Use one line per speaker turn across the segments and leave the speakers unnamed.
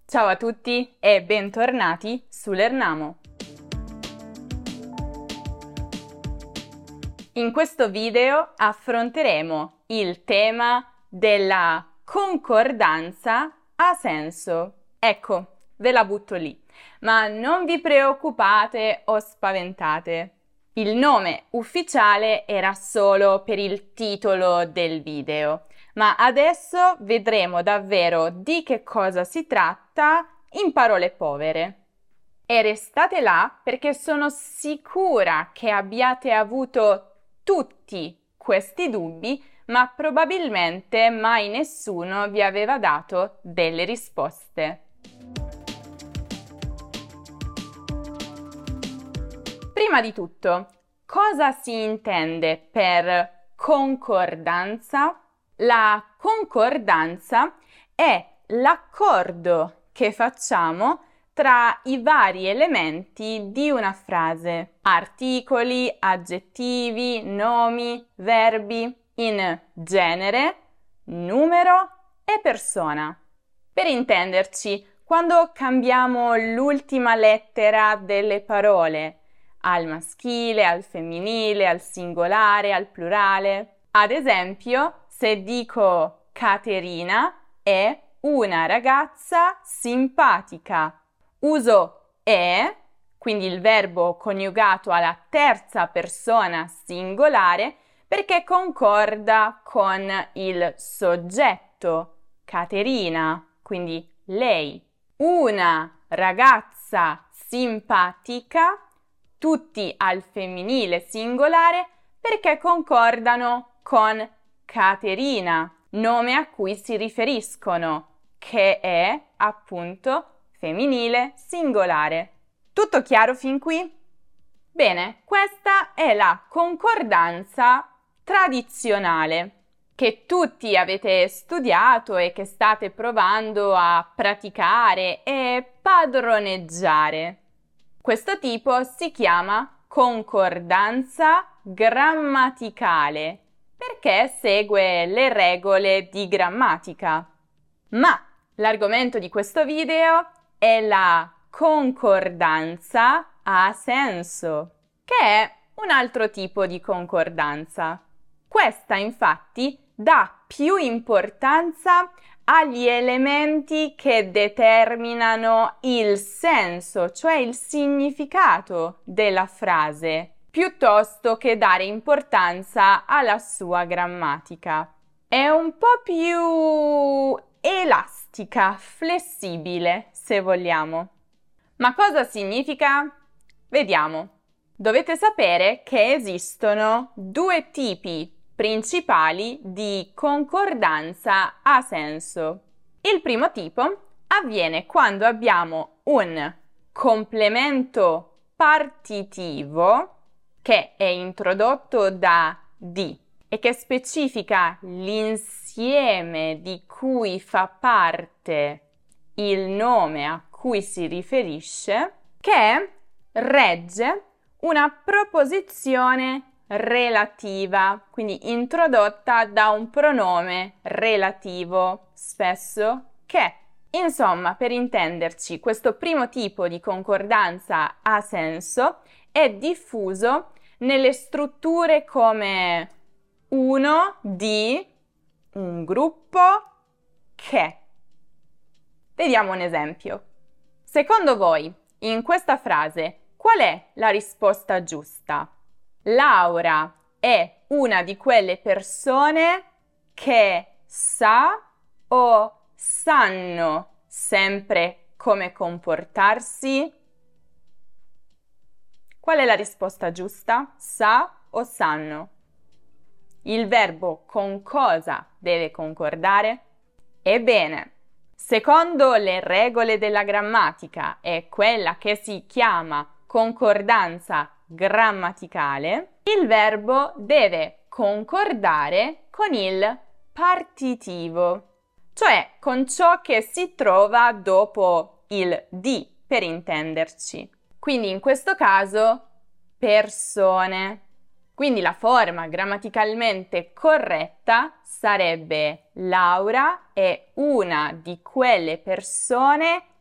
Ciao a tutti e bentornati su Lernamo. In questo video affronteremo il tema della concordanza a senso. Ecco, ve la butto lì, ma non vi preoccupate o spaventate. Il nome ufficiale era solo per il titolo del video, ma adesso vedremo davvero di che cosa si tratta in parole povere. E restate là perché sono sicura che abbiate avuto tutti questi dubbi, ma probabilmente mai nessuno vi aveva dato delle risposte. Prima di tutto, cosa si intende per concordanza? La concordanza è l'accordo che facciamo tra i vari elementi di una frase, articoli, aggettivi, nomi, verbi, in genere, numero e persona. Per intenderci, quando cambiamo l'ultima lettera delle parole al maschile, al femminile, al singolare, al plurale. Ad esempio, se dico Caterina è una ragazza simpatica. Uso è, quindi il verbo coniugato alla terza persona singolare, perché concorda con il soggetto Caterina, quindi lei. Una ragazza simpatica, tutti al femminile singolare, perché concordano con Caterina, nome a cui si riferiscono, che è appunto femminile singolare. Tutto chiaro fin qui? Bene, questa è la concordanza tradizionale che tutti avete studiato e che state provando a praticare e padroneggiare. Questo tipo si chiama concordanza grammaticale perché segue le regole di grammatica. Ma l'argomento di questo video è la concordanza a senso, che è un altro tipo di concordanza. Questa infatti dà più importanza agli elementi che determinano il senso, cioè il significato della frase, piuttosto che dare importanza alla sua grammatica. È un po' più elastica, flessibile, se vogliamo. Ma cosa significa? Vediamo. Dovete sapere che esistono due tipi principali di concordanza a senso. Il primo tipo avviene quando abbiamo un complemento partitivo che è introdotto da di e che specifica l'insieme di cui fa parte il nome a cui si riferisce, che regge una proposizione relativa, quindi introdotta da un pronome relativo, spesso che. Insomma, per intenderci, questo primo tipo di concordanza a senso è diffuso nelle strutture come uno, di, un gruppo, che. Vediamo un esempio. Secondo voi, in questa frase, qual è la risposta giusta? Laura è una di quelle persone che sa o sanno sempre come comportarsi? Qual è la risposta giusta? Sa o sanno? Il verbo con cosa deve concordare? Ebbene, secondo le regole della grammatica e quella che si chiama concordanza grammaticale, il verbo deve concordare con il partitivo, cioè con ciò che si trova dopo il di, per intenderci. Quindi in questo caso persone. Quindi la forma grammaticalmente corretta sarebbe Laura è una di quelle persone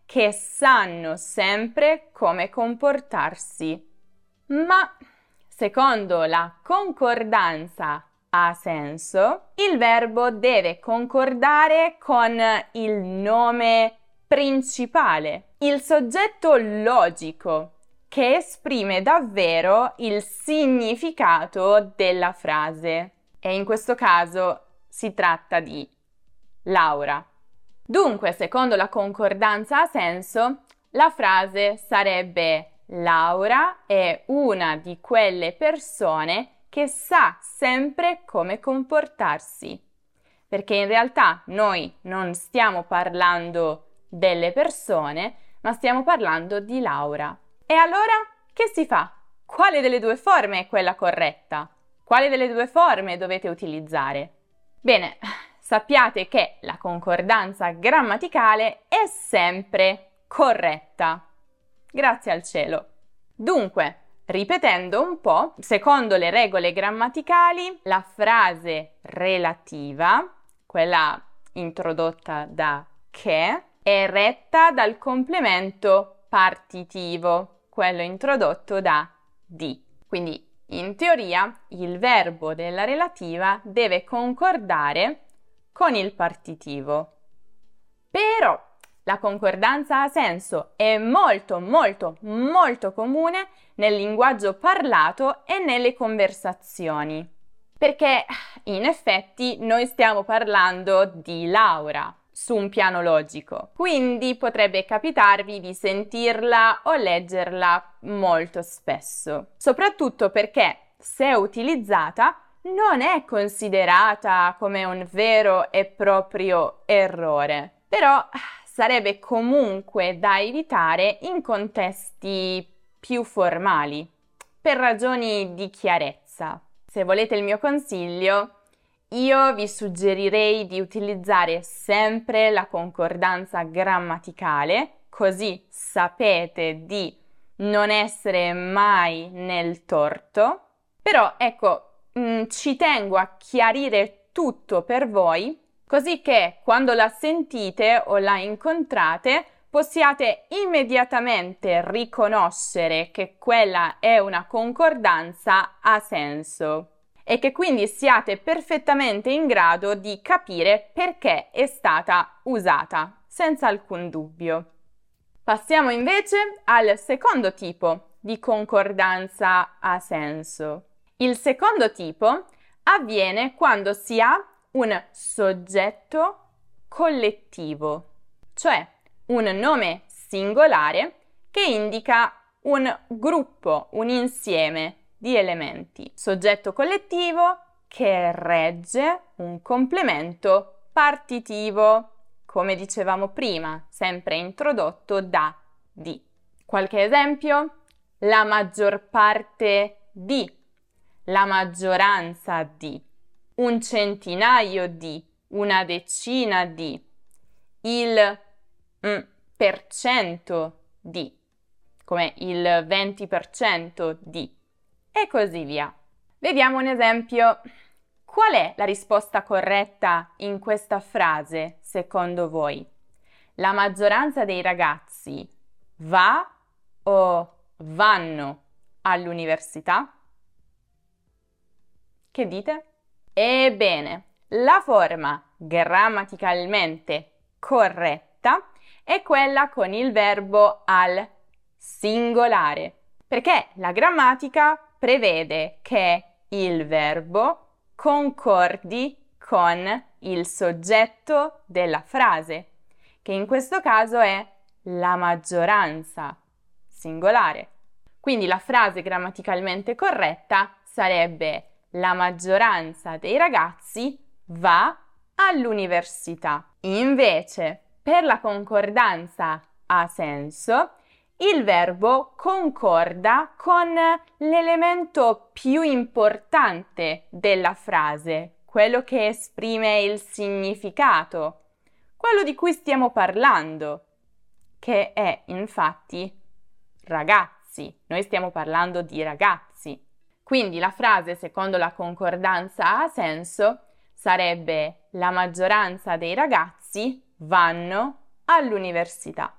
che sanno sempre come comportarsi. Ma secondo la concordanza a senso, il verbo deve concordare con il nome principale, il soggetto logico, che esprime davvero il significato della frase. E in questo caso si tratta di Laura. Dunque, secondo la concordanza a senso, la frase sarebbe: Laura è una di quelle persone che sa sempre come comportarsi. Perché in realtà noi non stiamo parlando delle persone, ma stiamo parlando di Laura. E allora che si fa? Quale delle due forme è quella corretta? Quale delle due forme dovete utilizzare? Bene, sappiate che la concordanza grammaticale è sempre corretta. Grazie al cielo. Dunque, ripetendo un po', secondo le regole grammaticali, la frase relativa, quella introdotta da che, è retta dal complemento partitivo, quello introdotto da di. Quindi, in teoria, il verbo della relativa deve concordare con il partitivo. Però la concordanza a senso è molto comune nel linguaggio parlato e nelle conversazioni, perché in effetti noi stiamo parlando di Laura su un piano logico, quindi potrebbe capitarvi di sentirla o leggerla molto spesso, soprattutto perché se utilizzata non è considerata come un vero e proprio errore, però sarebbe comunque da evitare in contesti più formali, per ragioni di chiarezza. Se volete il mio consiglio, io vi suggerirei di utilizzare sempre la concordanza grammaticale, così sapete di non essere mai nel torto. Però ecco, ci tengo a chiarire tutto per voi, così che quando la sentite o la incontrate possiate immediatamente riconoscere che quella è una concordanza a senso e che quindi siate perfettamente in grado di capire perché è stata usata, senza alcun dubbio. Passiamo invece al secondo tipo di concordanza a senso. Il secondo tipo avviene quando si ha un soggetto collettivo, cioè un nome singolare che indica un gruppo, un insieme di elementi. Soggetto collettivo che regge un complemento partitivo, come dicevamo prima, sempre introdotto da di. Qualche esempio? La maggior parte di, la maggioranza di, un centinaio di, una decina di, il per cento di, come il 20% di, e così via. Vediamo un esempio. Qual è la risposta corretta in questa frase, secondo voi? La maggioranza dei ragazzi va o vanno all'università? Che dite? Ebbene, la forma grammaticalmente corretta è quella con il verbo al singolare, perché la grammatica prevede che il verbo concordi con il soggetto della frase, che in questo caso è la maggioranza, singolare. Quindi la frase grammaticalmente corretta sarebbe: la maggioranza dei ragazzi va all'università. Invece, per la concordanza a senso, il verbo concorda con l'elemento più importante della frase, quello che esprime il significato, quello di cui stiamo parlando, che è infatti ragazzi. Noi stiamo parlando di ragazzi. Quindi la frase, secondo la concordanza a senso, sarebbe: la maggioranza dei ragazzi vanno all'università.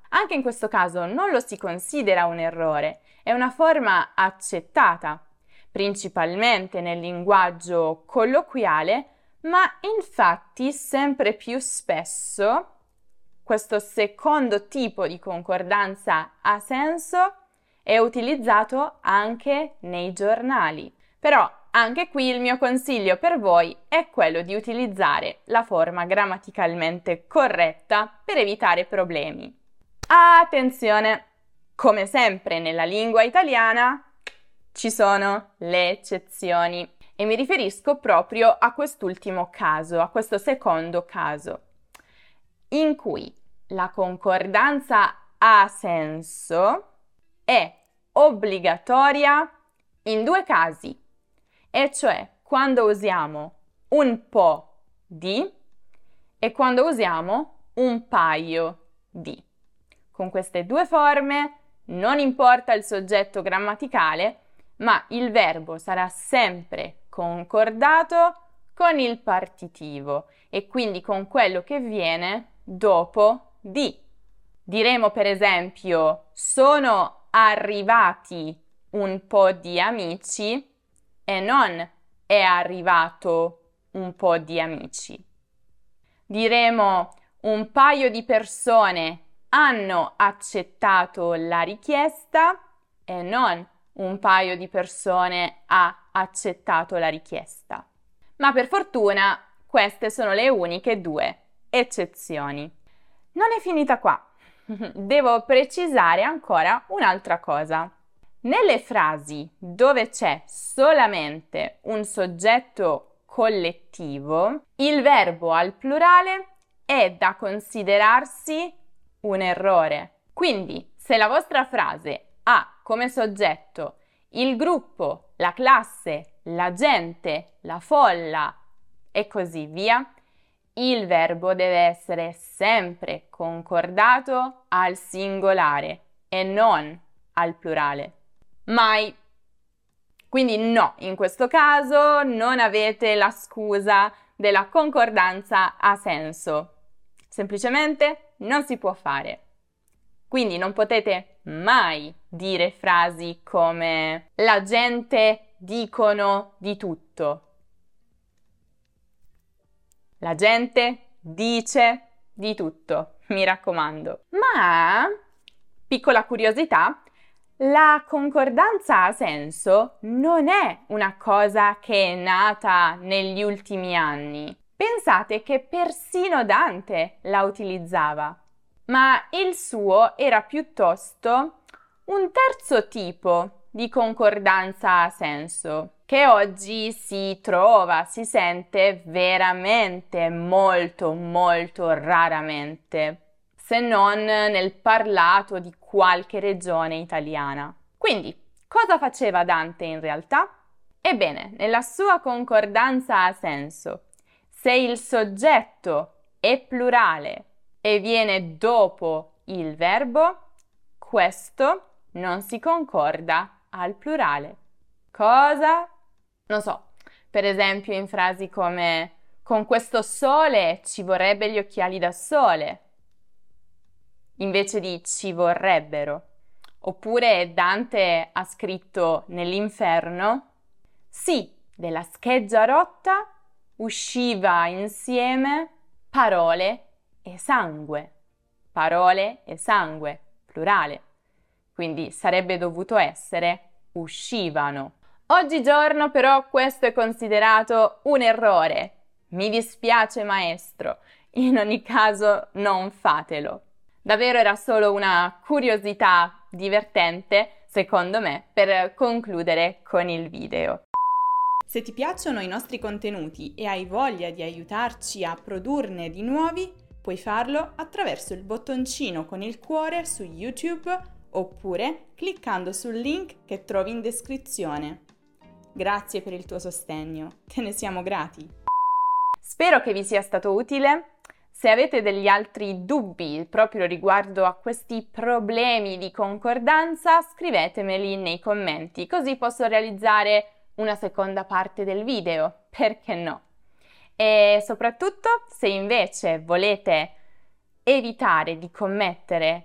Anche in questo caso non lo si considera un errore, è una forma accettata, principalmente nel linguaggio colloquiale, ma infatti sempre più spesso questo secondo tipo di concordanza a senso è utilizzato anche nei giornali. Però anche qui il mio consiglio per voi è quello di utilizzare la forma grammaticalmente corretta per evitare problemi. Attenzione! Come sempre nella lingua italiana ci sono le eccezioni e mi riferisco proprio a quest'ultimo caso, a questo secondo caso, in cui la concordanza a senso è obbligatoria in due casi, e cioè quando usiamo un po' di e quando usiamo un paio di. Con queste due forme non importa il soggetto grammaticale, ma il verbo sarà sempre concordato con il partitivo e quindi con quello che viene dopo di. Diremo per esempio sono arrivati un po' di amici e non è arrivato un po' di amici. Diremo un paio di persone hanno accettato la richiesta e non un paio di persone ha accettato la richiesta. Ma per fortuna queste sono le uniche due eccezioni. Non è finita qua. Devo precisare ancora un'altra cosa. Nelle frasi dove c'è solamente un soggetto collettivo, il verbo al plurale è da considerarsi un errore. Quindi, se la vostra frase ha come soggetto il gruppo, la classe, la gente, la folla e così via, il verbo deve essere sempre concordato al singolare e non al plurale. Mai. Quindi no, in questo caso non avete la scusa della concordanza a senso. Semplicemente non si può fare. Quindi non potete mai dire frasi come la gente dicono di tutto. La gente dice di tutto, mi raccomando. Ma, piccola curiosità, la concordanza a senso non è una cosa che è nata negli ultimi anni. Pensate che persino Dante la utilizzava, ma il suo era piuttosto un terzo tipo di concordanza a senso, che oggi si trova, si sente veramente molto raramente, se non nel parlato di qualche regione italiana. Quindi, cosa faceva Dante in realtà? Ebbene, nella sua concordanza a senso, se il soggetto è plurale e viene dopo il verbo, questo non si concorda al plurale. Cosa? Non so, per esempio in frasi come con questo sole ci vorrebbe gli occhiali da sole, invece di ci vorrebbero. Oppure Dante ha scritto nell'Inferno, sì, della scheggia rotta usciva insieme parole e sangue. Parole e sangue, plurale. Quindi sarebbe dovuto essere uscivano. Oggigiorno però questo è considerato un errore. Mi dispiace maestro, in ogni caso non fatelo. Davvero era solo una curiosità divertente, secondo me, per concludere con il video. Se ti piacciono i nostri contenuti e hai voglia di aiutarci a produrne di nuovi, puoi farlo attraverso il bottoncino con il cuore su YouTube oppure cliccando sul link che trovi in descrizione. Grazie per il tuo sostegno, te ne siamo grati. Spero che vi sia stato utile. Se avete degli altri dubbi proprio riguardo a questi problemi di concordanza, scrivetemeli nei commenti, così posso realizzare una seconda parte del video, perché no? E soprattutto, se invece volete evitare di commettere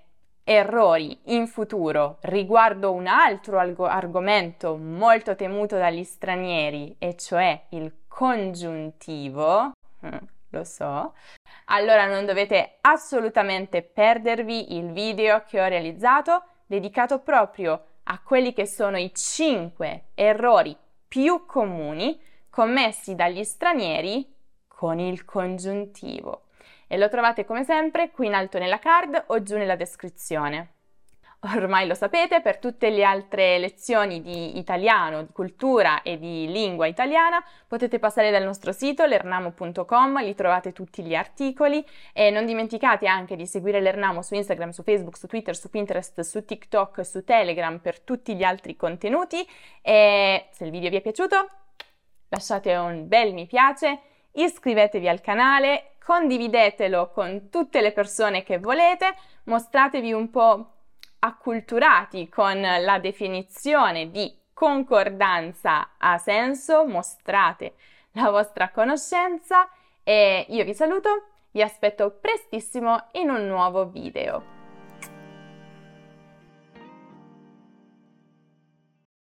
errori in futuro riguardo un altro argomento molto temuto dagli stranieri, e cioè il congiuntivo, lo so, allora non dovete assolutamente perdervi il video che ho realizzato dedicato proprio a quelli che sono i 5 errori più comuni commessi dagli stranieri con il congiuntivo. E lo trovate come sempre qui in alto nella card o giù nella descrizione. Ormai lo sapete, per tutte le altre lezioni di italiano, di cultura e di lingua italiana potete passare dal nostro sito lernamo.com, lì trovate tutti gli articoli e non dimenticate anche di seguire l'Ernamo su Instagram, su Facebook, su Twitter, su Pinterest, su TikTok, su Telegram per tutti gli altri contenuti e se il video vi è piaciuto lasciate un bel mi piace, iscrivetevi al canale, condividetelo con tutte le persone che volete, mostratevi un po' acculturati con la definizione di concordanza a senso, mostrate la vostra conoscenza e io vi saluto, vi aspetto prestissimo in un nuovo video.